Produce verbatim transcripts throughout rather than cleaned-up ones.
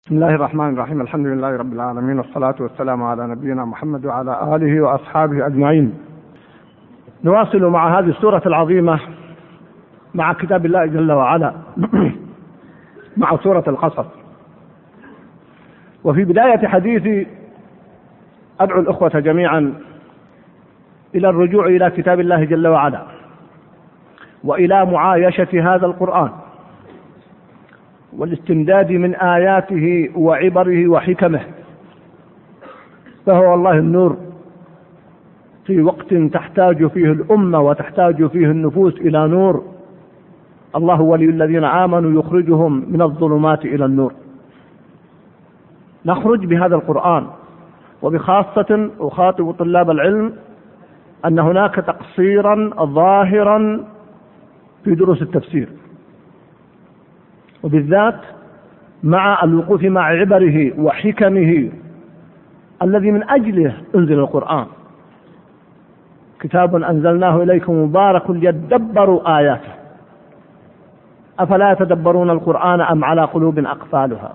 بسم الله الرحمن الرحيم. الحمد لله رب العالمين، والصلاة والسلام على نبينا محمد وعلى آله وأصحابه أجمعين. نواصل مع هذه السورة العظيمة مع كتاب الله جل وعلا مع سورة القصص. وفي بداية حديثي أدعو الأخوة جميعا إلى الرجوع إلى كتاب الله جل وعلا وإلى معايشة هذا القرآن والاستمداد من آياته وعبره وحكمه، فهو والله النور في وقت تحتاج فيه الأمة وتحتاج فيه النفوس إلى نور. الله ولي الذين آمنوا يخرجهم من الظلمات إلى النور. نخرج بهذا القرآن، وبخاصة أخاطب طلاب العلم أن هناك تقصيرا ظاهرا في دروس التفسير، وبالذات مع الوقوف مع عبره وحكمه الذي من أجله أنزل القرآن. كتاب أنزلناه إليكم مبارك ليدبروا آياته أفلا يتدبرون القرآن أم على قلوب أقفالها.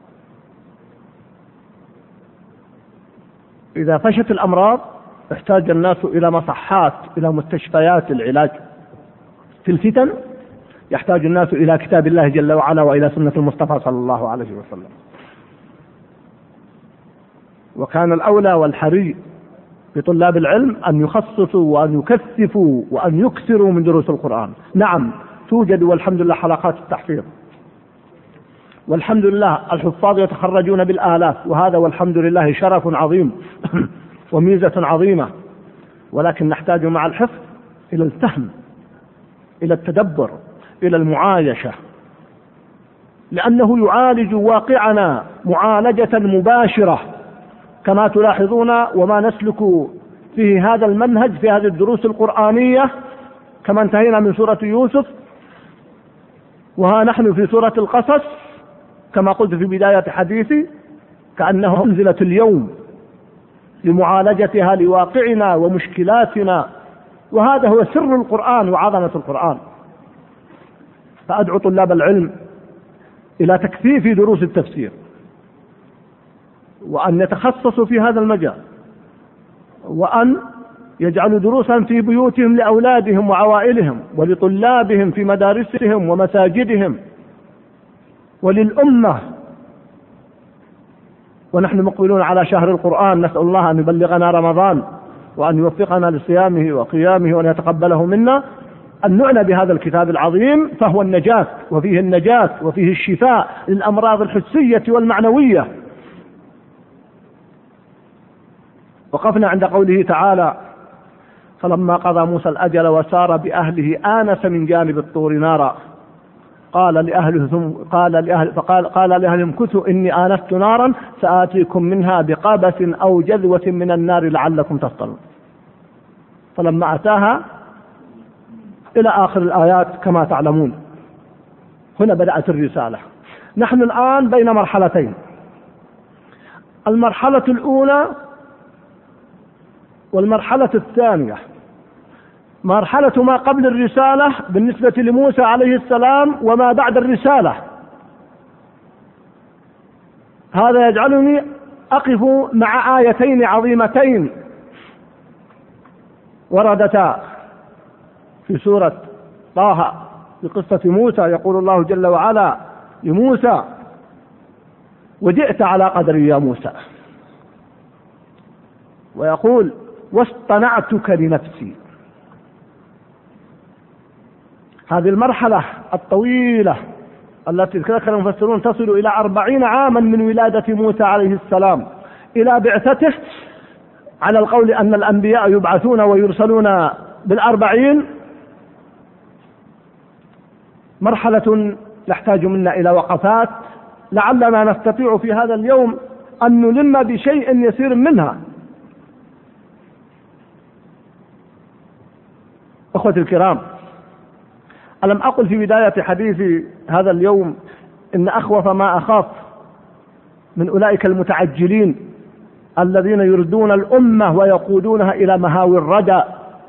إذا فشت الأمراض احتاج الناس إلى مصحات، إلى مستشفيات العلاج. في الفتن يحتاج الناس إلى كتاب الله جل وعلا وإلى سنة المصطفى صلى الله عليه وسلم. وكان الأولى والحري بطلاب العلم أن يخصصوا وأن يكثفوا وأن يكثروا من دروس القرآن. نعم توجد والحمد لله حلقات التحفيظ، والحمد لله الحفاظ يتخرجون بالآلاف، وهذا والحمد لله شرف عظيم وميزة عظيمة، ولكن نحتاج مع الحفظ إلى الفهم، إلى التدبر، إلى المعايشة، لأنه يعالج واقعنا معالجة مباشرة كما تلاحظون. وما نسلك فيه هذا المنهج في هذه الدروس القرآنية، كما انتهينا من سورة يوسف وها نحن في سورة القصص كما قلت في بداية حديثي، كأنه أنزلت اليوم لمعالجتها لواقعنا ومشكلاتنا، وهذا هو سر القرآن وعظمة القرآن. فأدعو طلاب العلم إلى تكثيف دروس التفسير، وأن يتخصصوا في هذا المجال، وأن يجعلوا دروسا في بيوتهم لأولادهم وعوائلهم ولطلابهم في مدارسهم ومساجدهم وللأمة. ونحن مقبلون على شهر القرآن، نسأل الله أن يبلغنا رمضان وأن يوفقنا لصيامه وقيامه وأن يتقبله منا. أن نعنى بهذا الكتاب العظيم، فهو النجاة، وفيه النجاة وفيه الشفاء للأمراض الحسية والمعنوية. وقفنا عند قوله تعالى: فلما قضى موسى الأجل وسار بأهله آنس من جانب الطور نارا قال لأهله قال لأهل فقال قال لأهلهم كثوا إني آنست نارا سآتيكم منها بقبس أو جذوة من النار لعلكم تصطلون. فلما أتاها إلى آخر الآيات كما تعلمون. هنا بدأت الرسالة. نحن الآن بين مرحلتين: المرحلة الأولى والمرحلة الثانية. مرحلة ما قبل الرسالة بالنسبة لموسى عليه السلام وما بعد الرسالة. هذا يجعلني أقف مع آيتين عظيمتين وردتا في سورة طه في قصة موسى. يقول الله جل وعلا لموسى: وجئت على قدري يا موسى، ويقول: واصطنعتك لنفسي. هذه المرحلة الطويلة التي ذكر المفسرون تصل إلى أربعين عاما من ولادة موسى عليه السلام إلى بعثته، على القول أن الأنبياء يبعثون ويرسلون بالأربعين. مرحلة نحتاج منا إلى وقفات لعلنا نستطيع في هذا اليوم أن نلم بشيء يسير منها. أخوتي الكرام، ألم أقل في بداية حديثي هذا اليوم إن أخوف ما أخاف من أولئك المتعجلين الذين يردون الأمة ويقودونها إلى مهاوي الردى،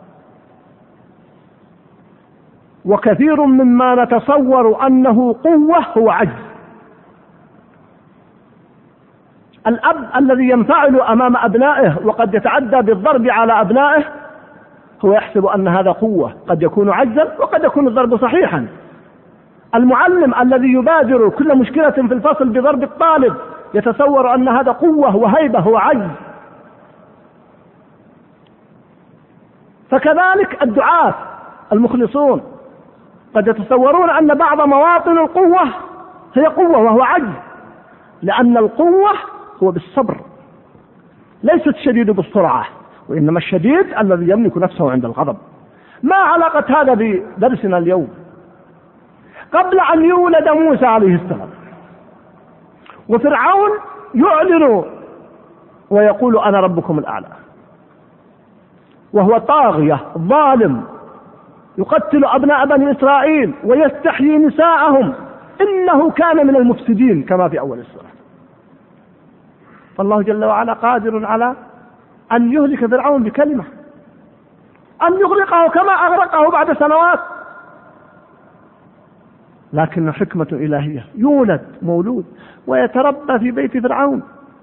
وكثير مما نتصور أنه قوة هو عجز. الأب الذي ينفعل أمام أبنائه وقد يتعدى بالضرب على أبنائه هو يحسب أن هذا قوة، قد يكون عجزا وقد يكون الضرب صحيحا. المعلم الذي يبادر كل مشكلة في الفصل بضرب الطالب يتصور أن هذا قوة وهيبة وعجز. فكذلك الدعاة المخلصون قد يتصورون أن بعض مواطن القوة هي قوة وهو عجز، لأن القوة هو بالصبر، ليس الشديد بالسرعة، وإنما الشديد الذي يملك نفسه عند الغضب. ما علاقة هذا بدرسنا اليوم؟ قبل أن يولد موسى عليه السلام وفرعون يعلن ويقول أنا ربكم الأعلى، وهو طاغية ظالم يقتل أبناء بني إسرائيل ويستحيي نساءهم، إنه كان من المفسدين كما في أول السورة. فالله جل وعلا قادر على أن يهلك فرعون بكلمة، أن يغرقه كما أغرقه بعد سنوات، لكن حكمة إلهية. يولد مولود ويتربى في بيت فرعون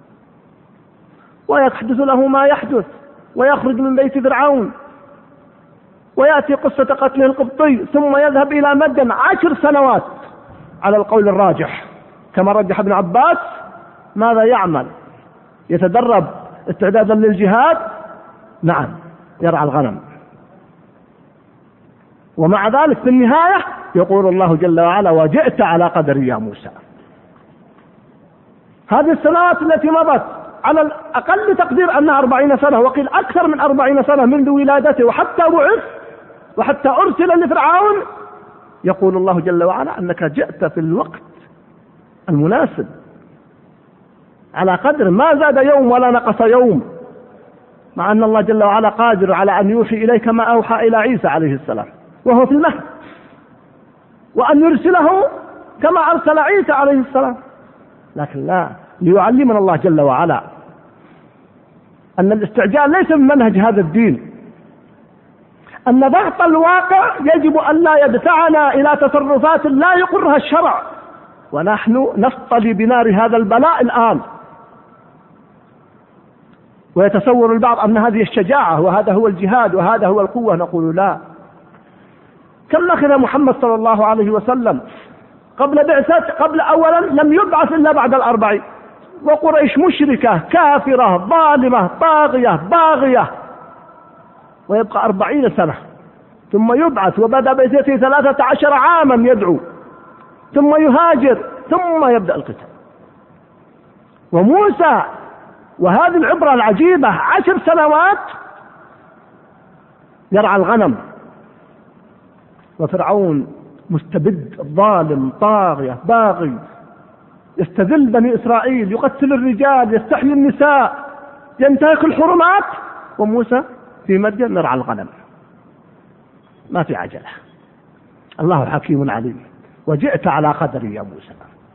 ويحدث له ما يحدث ويخرج من بيت فرعون ويأتي قصة قتله القبطي، ثم يذهب إلى مدين عشر سنوات على القول الراجح كما رجح ابن عباس. ماذا يعمل؟ يتدرب استعدادا للجهاد؟ نعم، يرعى الغنم. ومع ذلك في النهاية يقول الله جل وعلا وجئت على قدر يا موسى. هذه السنوات التي مضت على الأقل تقدير أنها أربعين سنة، وقيل أكثر من أربعين سنة منذ ولادته وحتى بعث وحتى أرسل لفرعون، يقول الله جل وعلا أنك جئت في الوقت المناسب على قدر ما زاد يوم ولا نقص يوم، مع أن الله جل وعلا قادر على أن يوحي إليك ما أوحى إلى عيسى عليه السلام وهو في المهد، وأن يرسله كما أرسل عيسى عليه السلام، لكن لا، ليعلمنا الله جل وعلا أن الاستعجال ليس من منهج هذا الدين، أن ضغط الواقع يجب أن لا يدفعنا إلى تصرفات لا يقرها الشرع، ونحن نصطلي بنار هذا البلاء الآن. ويتصور البعض أن هذه الشجاعة وهذا هو الجهاد وهذا هو القوة، نقول لا. كم أخذ محمد صلى الله عليه وسلم قبل بعثة، قبل أولا لم يبعث إلا بعد الأربعين، وقريش مشركة كافرة ظالمة طاغية باغية، ويبقى أربعين سنة ثم يبعث، وبدأ بعثته ثلاثة عشر عاما يدعو، ثم يهاجر، ثم يبدأ القتال. وموسى وهذه العبرة العجيبة عشر سنوات يرعى الغنم، وفرعون مستبد ظالم طاغية باغي يستذل بني إسرائيل، يقتل الرجال، يستحيي النساء، ينتهك الحرمات، وموسى في مدين يرعى الغنم، ما في عجلة. الله حكيم عليم. وجئت على قدري يا موسى.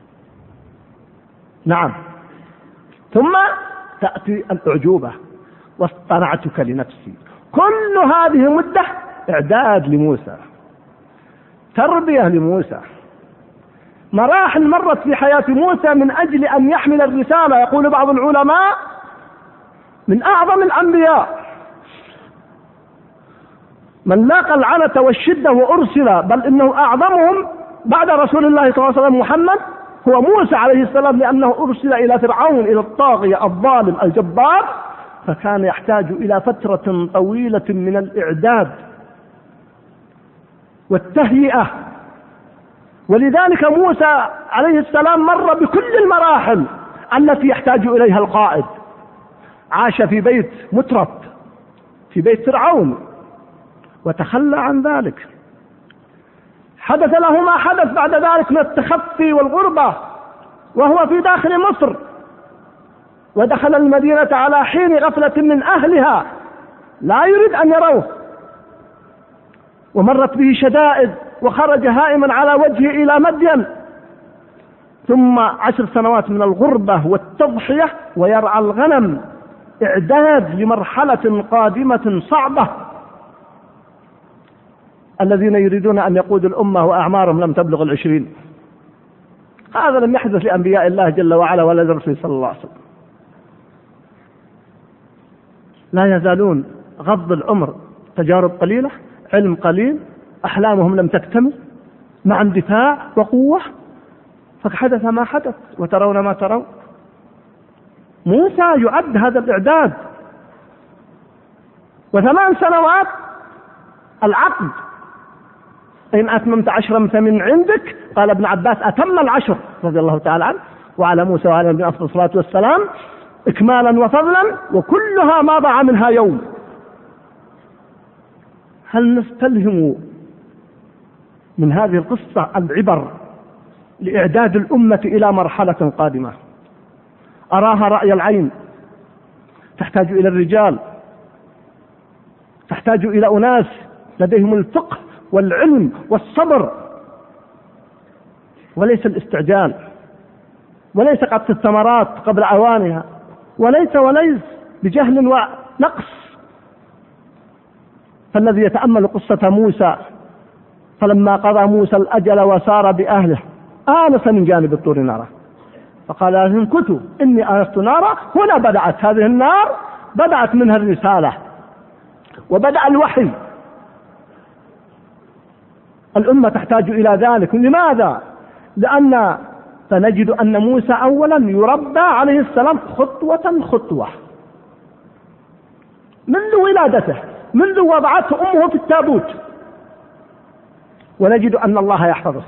نعم. ثم تأتي الأعجوبة واصطنعتك لنفسي. كل هذه مدة إعداد لموسى، تربية لموسى، مراحل مرت في حياة موسى من أجل أن يحمل الرسالة. يقول بعض العلماء من أعظم الأنبياء من لاقى العنة والشدة وأرسل، بل إنه أعظمهم بعد رسول الله صلى الله عليه وسلم محمد هو موسى عليه السلام، لأنه أرسل إلى فرعون، إلى الطاغية الظالم الجبار، فكان يحتاج إلى فترة طويلة من الإعداد والتهيئة. ولذلك موسى عليه السلام مر بكل المراحل التي يحتاج إليها القائد. عاش في بيت مترف في بيت فرعون وتخلى عن ذلك، حدث له ما حدث بعد ذلك من التخفي والغربة وهو في داخل مصر، ودخل المدينة على حين غفلة من أهلها لا يريد أن يروه، ومرت به شدائد وخرج هائما على وجهه إلى مدين، ثم عشر سنوات من الغربة والتضحية ويرعى الغنم، إعداد لمرحلة قادمة صعبة. الذين يريدون أن يقودوا الأمة وأعمارهم لم تبلغ العشرين، هذا لم يحدث لأنبياء الله جل وعلا ولا لرسوله صلى الله عليه وسلم. لا يزالون غض العمر، تجارب قليلة، علم قليل، أحلامهم لم تكتمل، مع اندفاع وقوة، فحدث ما حدث وترون ما ترون. موسى يعد هذا الإعداد، وثمان سنوات العقد، إن أتممت عشرا فمن عندك. قال ابن عباس أتم العشر رضي الله تعالى عنه، وعلى موسى وعلى النبي أفضل الصلاة والسلام إكمالا وفضلا، وكلها ما ضاع منها يوم. هل نستلهم من هذه القصة العبر لإعداد الأمة إلى مرحلة قادمة أراها رأي العين، تحتاج إلى الرجال، تحتاج إلى أناس لديهم الفقه والعلم والصبر، وليس الاستعجال، وليس قطف الثمرات قبل أوانها، وليس وليس بجهل ونقص. فالذي يتأمل قصة موسى، فلما قضى موسى الأجل وسار بأهله آنس من جانب الطور نارا فقال لهم امكثوا إني آنست نارا. هنا بدأت هذه النار، بدأت منها الرسالة وبدأ الوحي. الأمة تحتاج إلى ذلك. لماذا؟ لأن فنجد أن موسى أولا يربى عليه السلام خطوة خطوة منذ ولادته، منذ وضعته أمه في التابوت، ونجد أن الله يحفظه.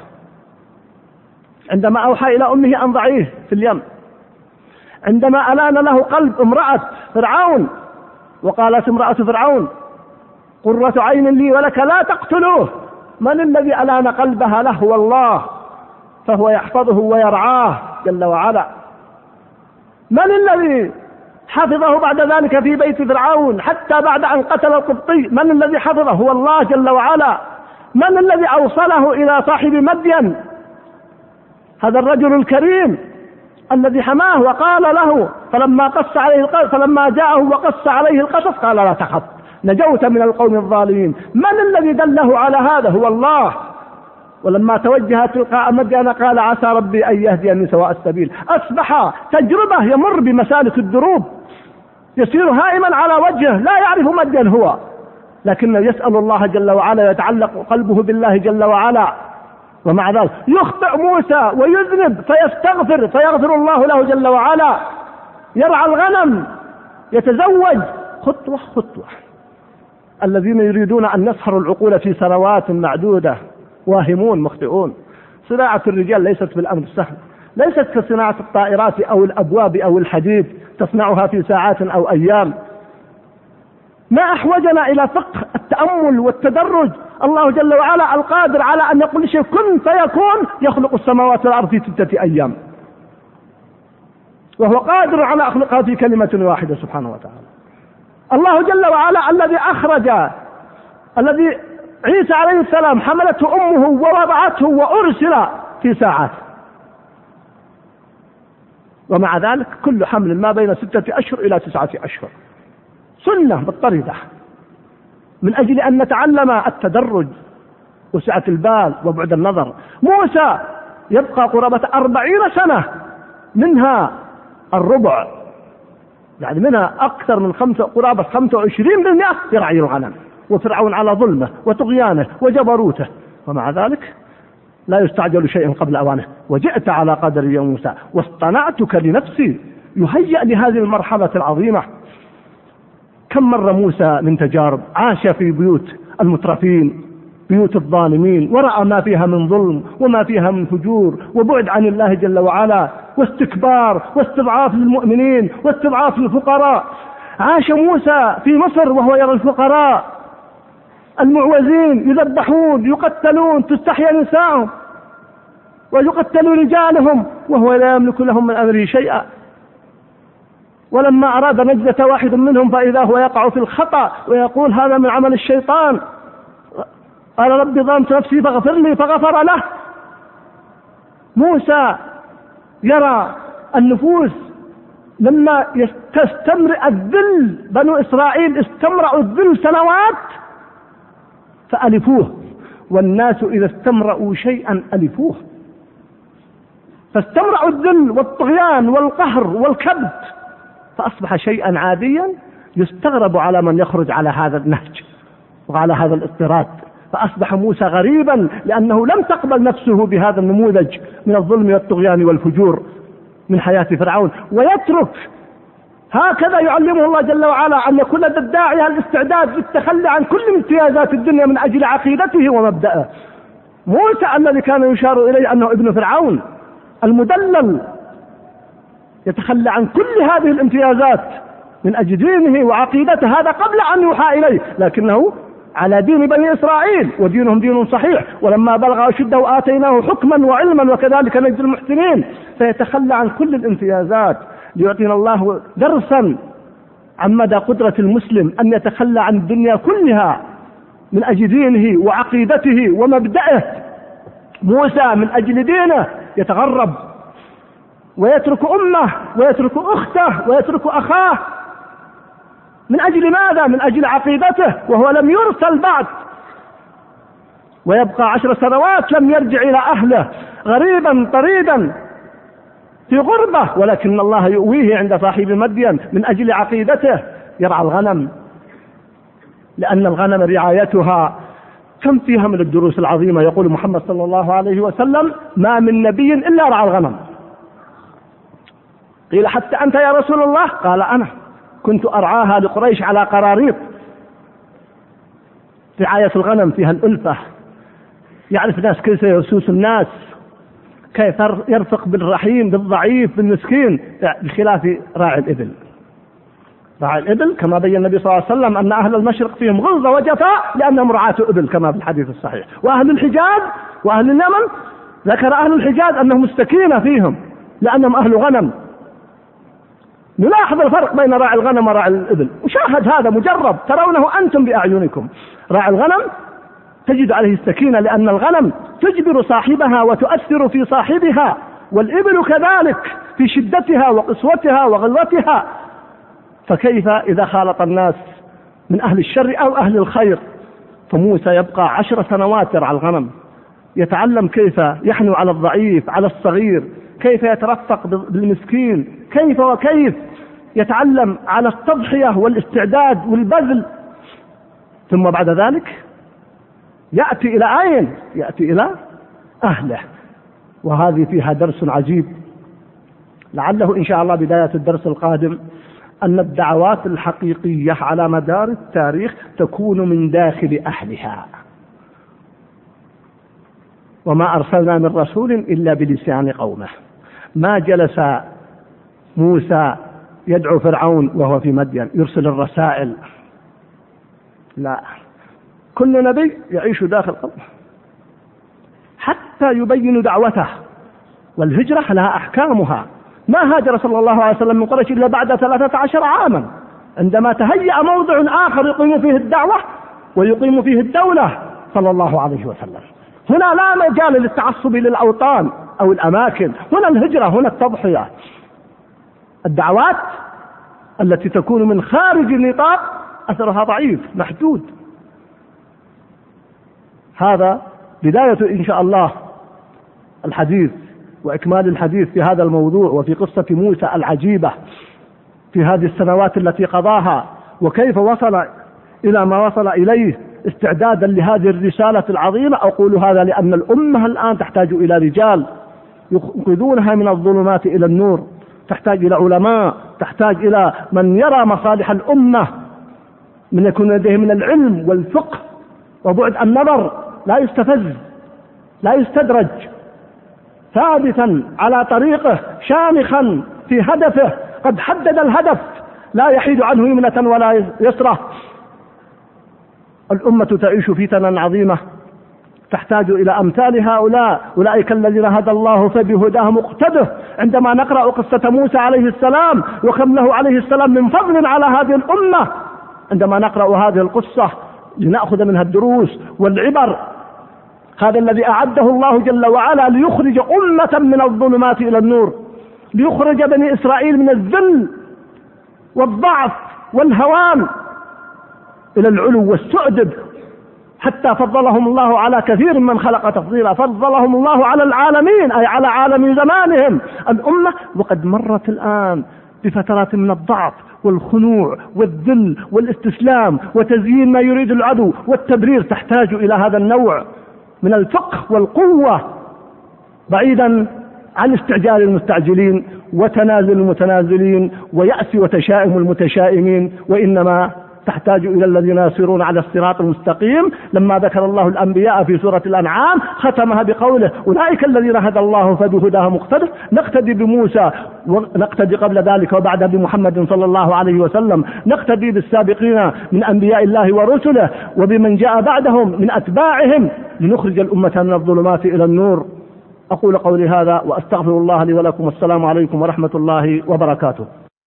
عندما أوحى إلى أمه أن ضعيه في اليم، عندما ألان له قلب امرأة فرعون وقالت امرأة فرعون قرة عين لي ولك لا تقتلوه، من الذي ألان قلبها له؟ هو الله، فهو يحفظه ويرعاه جل وعلا. من الذي حفظه بعد ذلك في بيت فرعون حتى بعد أن قتل القبطي؟ من الذي حفظه؟ هو الله جل وعلا. من الذي أوصله إلى صاحب مدين؟ هذا الرجل الكريم الذي حماه وقال له فلما قص عليه القصص فلما جاءه وقص عليه القصص قال لا تخف نجوت من القوم الظالمين. من الذي دله على هذا؟ هو الله. ولما توجه تلقاء مدين قال عسى ربي أن يهديني سواء السبيل. أصبح تجربة يمر بمسالك الدروب، يسير هائما على وجهه، لا يعرف مدين هو، لكنه يسأل الله جل وعلا، يتعلق قلبه بالله جل وعلا. ومع ذلك يخطئ موسى ويذنب فيستغفر فيغفر الله له جل وعلا، يرعى الغنم، يتزوج، خطوة خطوة. الذين يريدون أن يسحروا العقول في سنوات معدودة واهمون مخطئون. صناعة الرجال ليست بالأمر السهل، ليست كصناعة الطائرات أو الأبواب أو الحديد تصنعها في ساعات أو أيام. ما أحوجنا إلى فقه التأمل والتدرج. الله جل وعلا القادر على أن يقول شيء كن فيكون، يخلق السماوات والأرض في ستة أيام، وهو قادر على أخلقها في كلمة واحدة سبحانه وتعالى. الله جل وعلا الذي أخرج الذي عيسى عليه السلام حملته أمه ووضعته وأرسل في ساعات، ومع ذلك كل حمل ما بين ستة أشهر إلى تسعة أشهر، سنة مضطردة، من أجل أن نتعلم التدرج وسعة البال وبعد النظر. موسى يبقى قرابة أربعين سنة، منها الربع يعني منها أكثر من خمسة قرابة خمسة وعشرين بالمئة يرعي الغنم، وفرعون على ظلمه وطغيانه وجبروته، ومع ذلك لا يستعجل شيء قبل أوانه. وجئت على قدر يا موسى واصطنعتك لنفسي، يهيأ لهذه المرحلة العظيمة. كم مر موسى من تجارب، عاش في بيوت المترفين، بيوت الظالمين، ورأى ما فيها من ظلم وما فيها من فجور وبعد عن الله جل وعلا واستكبار واستضعاف للمؤمنين واستضعاف للفقراء. عاش موسى في مصر وهو يرى الفقراء المعوزين يذبحون يقتلون، تستحيا نساءهم ويقتل رجالهم وهو لا يملك لهم من أمره شيئا. ولما أراد نجدة واحد منهم فإذا هو يقع في الخطأ ويقول هذا من عمل الشيطان، قال رب ظلمت نفسي فاغفر لي فغفر له. موسى يرى النفوس لما تستمرئ الذل، بنو إسرائيل استمرأوا الذل سنوات فألفوه، والناس إذا استمرأوا شيئا ألفوه، فاستمرأوا الذل والطغيان والقهر والكبت، فأصبح شيئا عاديا يستغرب على من يخرج على هذا النهج وعلى هذا الاضطراد، فأصبح موسى غريبا لأنه لم تقبل نفسه بهذا النموذج من الظلم والطغيان والفجور من حياة فرعون، ويترك. هكذا يعلمه الله جل وعلا أن يكون لدى الداعية الاستعداد للتخلي عن كل امتيازات الدنيا من أجل عقيدته ومبدأه. موسى الذي كان يشار إليه أنه ابن فرعون المدلل يتخلى عن كل هذه الامتيازات من أجل دينه وعقيدته، هذا قبل أن يوحى إليه، لكنه على دين بني إسرائيل ودينهم دين صحيح. ولما بلغ أشده آتيناه حكما وعلما وكذلك نجزي المحسنين. فيتخلى عن كل الامتيازات ليعطينا الله درسا عن مدى قدرة المسلم أن يتخلى عن الدنيا كلها من أجل دينه وعقيدته ومبدأه. موسى من أجل دينه يتغرب ويترك أمه ويترك أخته ويترك أخاه. من أجل ماذا؟ من أجل عقيدته، وهو لم يرسل بعد، ويبقى عشر سنوات لم يرجع إلى أهله غريبا طريدا في غربة، ولكن الله يؤويه عند صاحب مدين من أجل عقيدته. يرعى الغنم، لأن الغنم رعايتها كم فيها من الدروس العظيمة. يقول محمد صلى الله عليه وسلم: ما من نبي إلا رعى الغنم. قيل: حتى أنت يا رسول الله؟ قال: أنا كنت أرعاها لقريش على قراريط. رعاية الغنم فيها الألفة، يعرف الناس كيف يسوس الناس، كيف يرفق بالرحيم بالضعيف بالمسكين، بخلاف راعي الإبل. راعي الإبل كما بين النبي صلى الله عليه وسلم أن أهل المشرق فيهم غلظة وجفاء لأنهم رعاة إبل كما في الحديث الصحيح. وأهل الحجاز وأهل اليمن ذكر أهل الحجاز أنهم السكينة فيهم لأنهم أهل غنم. نلاحظ الفرق بين راعي الغنم وراعي الإبل، وشاهد هذا مجرب ترونه أنتم بأعينكم. راعي الغنم تجد عليه السكينة لأن الغنم تجبر صاحبها وتؤثر في صاحبها، والإبل كذلك في شدتها وقسوتها وغلظتها. فكيف إذا خالط الناس من أهل الشر أو أهل الخير؟ فموسى يبقى عشر سنوات يرعى الغنم، يتعلم كيف يحنو على الضعيف على الصغير، كيف يترفق بالمسكين، كيف وكيف يتعلم على التضحية والاستعداد والبذل. ثم بعد ذلك يأتي إلى أين؟ يأتي إلى أهله. وهذه فيها درس عجيب لعله إن شاء الله بداية الدرس القادم، أن الدعوات الحقيقية على مدار التاريخ تكون من داخل أهلها. وما أرسلنا من رسول إلا بلسان قومه. ما جلس موسى يدعو فرعون وهو في مدين يرسل الرسائل، لا، كل نبي يعيش داخل قومه حتى يبين دعوته. والهجرة لها أحكامها. ما هاجر صلى الله عليه وسلم من قريش إلا بعد ثلاثة عشر عاما، عندما تهيأ موضع آخر يقيم فيه الدعوة ويقيم فيه الدولة صلى الله عليه وسلم. هنا لا مجال للتعصب للأوطان أو الأماكن، هنا الهجرة، هنا التضحية. الدعوات التي تكون من خارج النطاق أثرها ضعيف محدود. هذا بداية إن شاء الله الحديث وإكمال الحديث في هذا الموضوع وفي قصة موسى العجيبة في هذه السنوات التي قضاها، وكيف وصل إلى ما وصل إليه استعدادا لهذه الرسالة العظيمة. أقول هذا لأن الأمة الآن تحتاج إلى رجال ينقذونها من الظلمات إلى النور، تحتاج إلى علماء، تحتاج إلى من يرى مصالح الأمة، من يكون لديه من العلم والفقه وبعد النظر، لا يستفز لا يستدرج، ثابتا على طريقه، شامخا في هدفه، قد حدد الهدف لا يحيد عنه يمنة ولا يسرة. الأمة تعيش فتنا عظيمة تحتاج إلى أمثال هؤلاء، أولئك الذين هدى الله فبهداه مقتده. عندما نقرأ قصة موسى عليه السلام وكم له عليه السلام من فضل على هذه الأمة، عندما نقرأ هذه القصة لنأخذ منها الدروس والعبر. هذا الذي أعده الله جل وعلا ليخرج أمة من الظلمات إلى النور، ليخرج بني إسرائيل من الذل والضعف والهوان إلى العلو والسؤدد، حتى فضلهم الله على كثير من خلق تفضيلا، فضلهم الله على العالمين أي على عالم زمانهم الأمة. وقد مرت الآن بفترات من الضعف والخنوع والذل والاستسلام وتزيين ما يريد العدو والتبرير، تحتاج إلى هذا النوع من الفقه والقوة، بعيدا عن استعجال المستعجلين وتنازل المتنازلين ويأس وتشائم المتشائمين، وإنما تحتاج إلى الذين يسيرون على الصراط المستقيم. لما ذكر الله الأنبياء في سورة الأنعام ختمها بقوله: أولئك الذين هدى الله فبهداه مقتدر. نقتدي بموسى ونقتدي قبل ذلك وبعد بمحمد صلى الله عليه وسلم، نقتدي بالسابقين من أنبياء الله ورسله وبمن جاء بعدهم من أتباعهم لنخرج الأمة من الظلمات إلى النور. أقول قولي هذا وأستغفر الله لي ولكم، والسلام عليكم ورحمة الله وبركاته.